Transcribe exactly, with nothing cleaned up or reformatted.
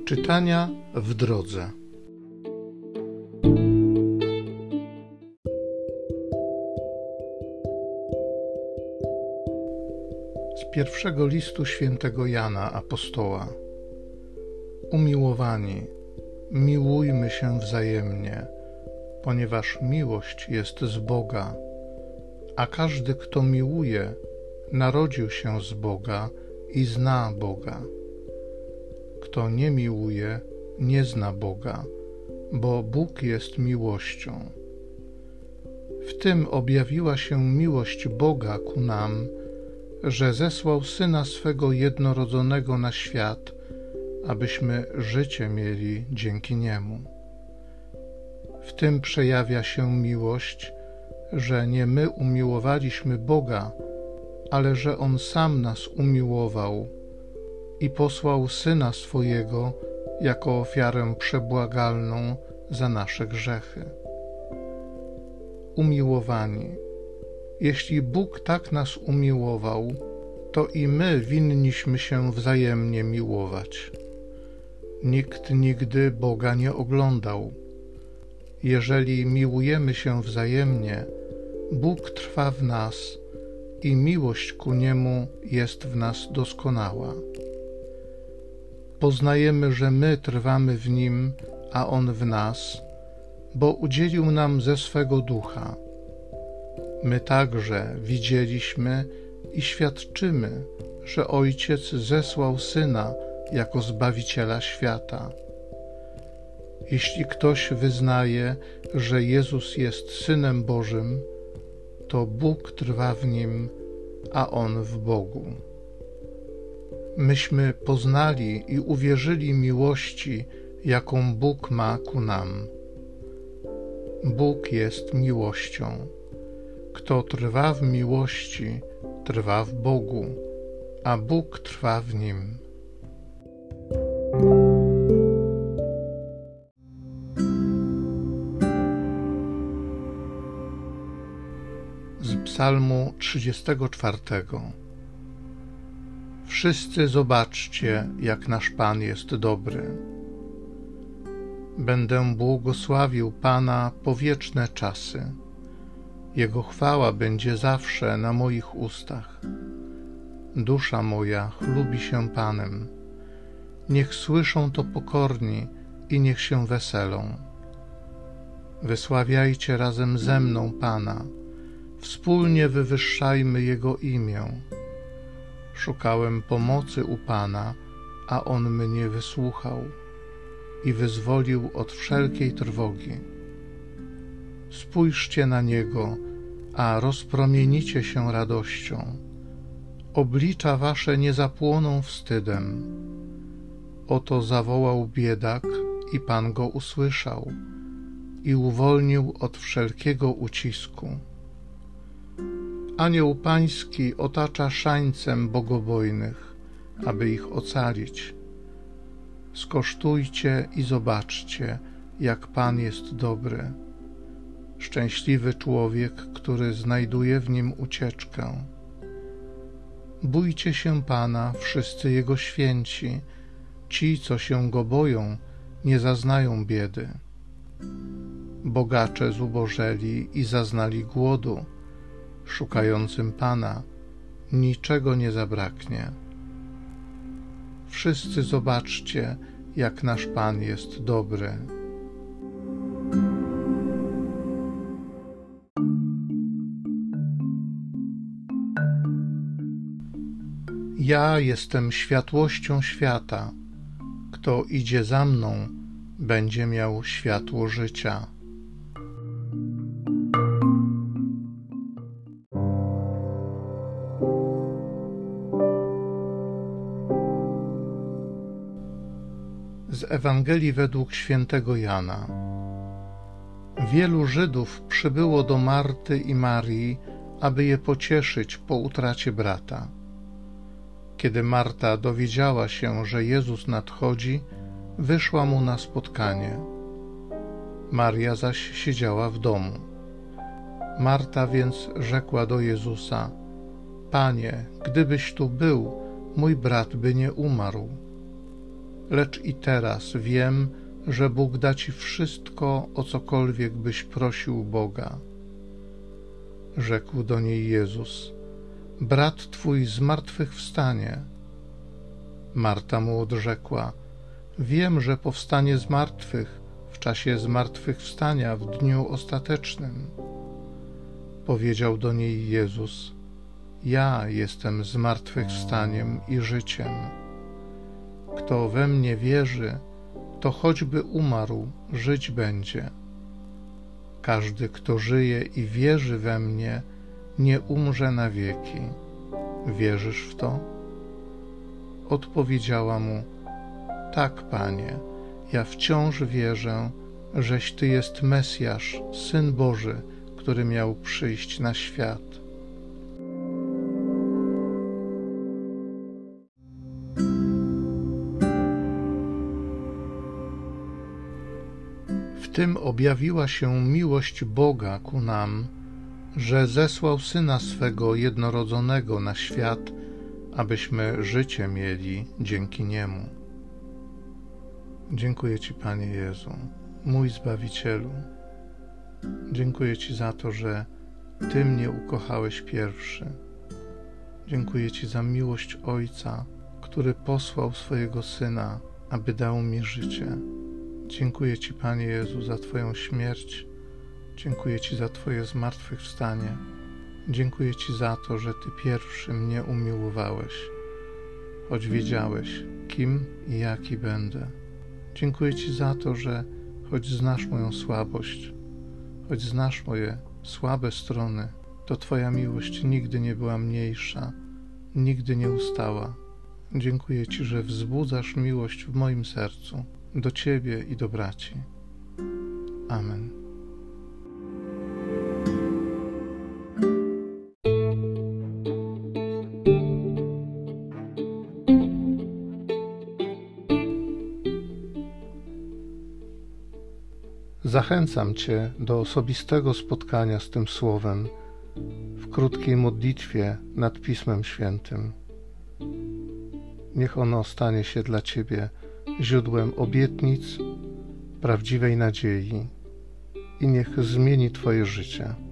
Czytania w drodze. Z pierwszego listu świętego Jana Apostoła. Umiłowani, miłujmy się wzajemnie, ponieważ miłość jest z Boga, a każdy, kto miłuje, narodził się z Boga i zna Boga. Kto nie miłuje, nie zna Boga, bo Bóg jest miłością. W tym objawiła się miłość Boga ku nam, że zesłał Syna swego jednorodzonego na świat, abyśmy życie mieli dzięki Niemu. W tym przejawia się miłość, że nie my umiłowaliśmy Boga, ale że On sam nas umiłował i posłał Syna swojego jako ofiarę przebłagalną za nasze grzechy. Umiłowani, jeśli Bóg tak nas umiłował, to i my winniśmy się wzajemnie miłować. Nikt nigdy Boga nie oglądał. Jeżeli miłujemy się wzajemnie, Bóg trwa w nas i miłość ku Niemu jest w nas doskonała. Poznajemy, że my trwamy w Nim, a On w nas, bo udzielił nam ze swego Ducha. My także widzieliśmy i świadczymy, że Ojciec zesłał Syna jako Zbawiciela świata. Jeśli ktoś wyznaje, że Jezus jest Synem Bożym, to Bóg trwa w Nim, a On w Bogu. Myśmy poznali i uwierzyli miłości, jaką Bóg ma ku nam. Bóg jest miłością. Kto trwa w miłości, trwa w Bogu, a Bóg trwa w nim. Z Psalmu trzydziestego czwartego. Wszyscy zobaczcie, jak nasz Pan jest dobry. Będę błogosławił Pana po wieczne czasy. Jego chwała będzie zawsze na moich ustach. Dusza moja chlubi się Panem. Niech słyszą to pokorni i niech się weselą. Wysławiajcie razem ze mną Pana. Wspólnie wywyższajmy Jego imię. Szukałem pomocy u Pana, a On mnie wysłuchał i wyzwolił od wszelkiej trwogi. Spójrzcie na Niego, a rozpromienicie się radością. Oblicza wasze nie zapłoną wstydem. Oto zawołał biedak i Pan go usłyszał i uwolnił od wszelkiego ucisku. Anioł Pański otacza szańcem bogobojnych, aby ich ocalić. Skosztujcie i zobaczcie, jak Pan jest dobry. Szczęśliwy człowiek, który znajduje w Nim ucieczkę. Bójcie się Pana, wszyscy Jego święci. Ci, co się Go boją, nie zaznają biedy. Bogacze zubożeli i zaznali głodu. Szukającym Pana niczego nie zabraknie. Wszyscy zobaczcie, jak nasz Pan jest dobry. Ja jestem światłością świata. Kto idzie za mną, będzie miał światło życia. Z Ewangelii według świętego Jana. Wielu Żydów przybyło do Marty i Marii, aby je pocieszyć po utracie brata. Kiedy Marta dowiedziała się, że Jezus nadchodzi, wyszła mu na spotkanie. Maria zaś siedziała w domu. Marta więc rzekła do Jezusa: Panie, gdybyś tu był, mój brat by nie umarł. lecz i teraz wiem, że Bóg da ci wszystko, o cokolwiek byś prosił Boga. Rzekł do niej Jezus: brat twój zmartwychwstanie. Marta mu odrzekła: wiem, że powstanie z martwych w czasie zmartwychwstania w dniu ostatecznym. Powiedział do niej Jezus: ja jestem zmartwychwstaniem i życiem. Kto we mnie wierzy, to choćby umarł, żyć będzie. Każdy, kto żyje i wierzy we mnie, nie umrze na wieki. Wierzysz w to? Odpowiedziała mu: tak, Panie, ja wciąż wierzę, żeś Ty jest Mesjasz, Syn Boży, który miał przyjść na świat. W tym objawiła się miłość Boga ku nam, że zesłał Syna swego jednorodzonego na świat, abyśmy życie mieli dzięki Niemu. Dziękuję Ci, Panie Jezu, mój Zbawicielu. Dziękuję Ci za to, że Ty mnie ukochałeś pierwszy. Dziękuję Ci za miłość Ojca, który posłał swojego Syna, aby dał mi życie. Dziękuję Ci, Panie Jezu, za Twoją śmierć. Dziękuję Ci za Twoje zmartwychwstanie. Dziękuję Ci za to, że Ty pierwszy mnie umiłowałeś, choć wiedziałeś, kim i jaki będę. Dziękuję Ci za to, że choć znasz moją słabość, choć znasz moje słabe strony, to Twoja miłość nigdy nie była mniejsza, nigdy nie ustała. Dziękuję Ci, że wzbudzasz miłość w moim sercu do Ciebie i do braci. Amen. Zachęcam Cię do osobistego spotkania z tym Słowem w krótkiej modlitwie nad Pismem Świętym. Niech ono stanie się dla Ciebie źródłem obietnic, prawdziwej nadziei i niech zmieni Twoje życie.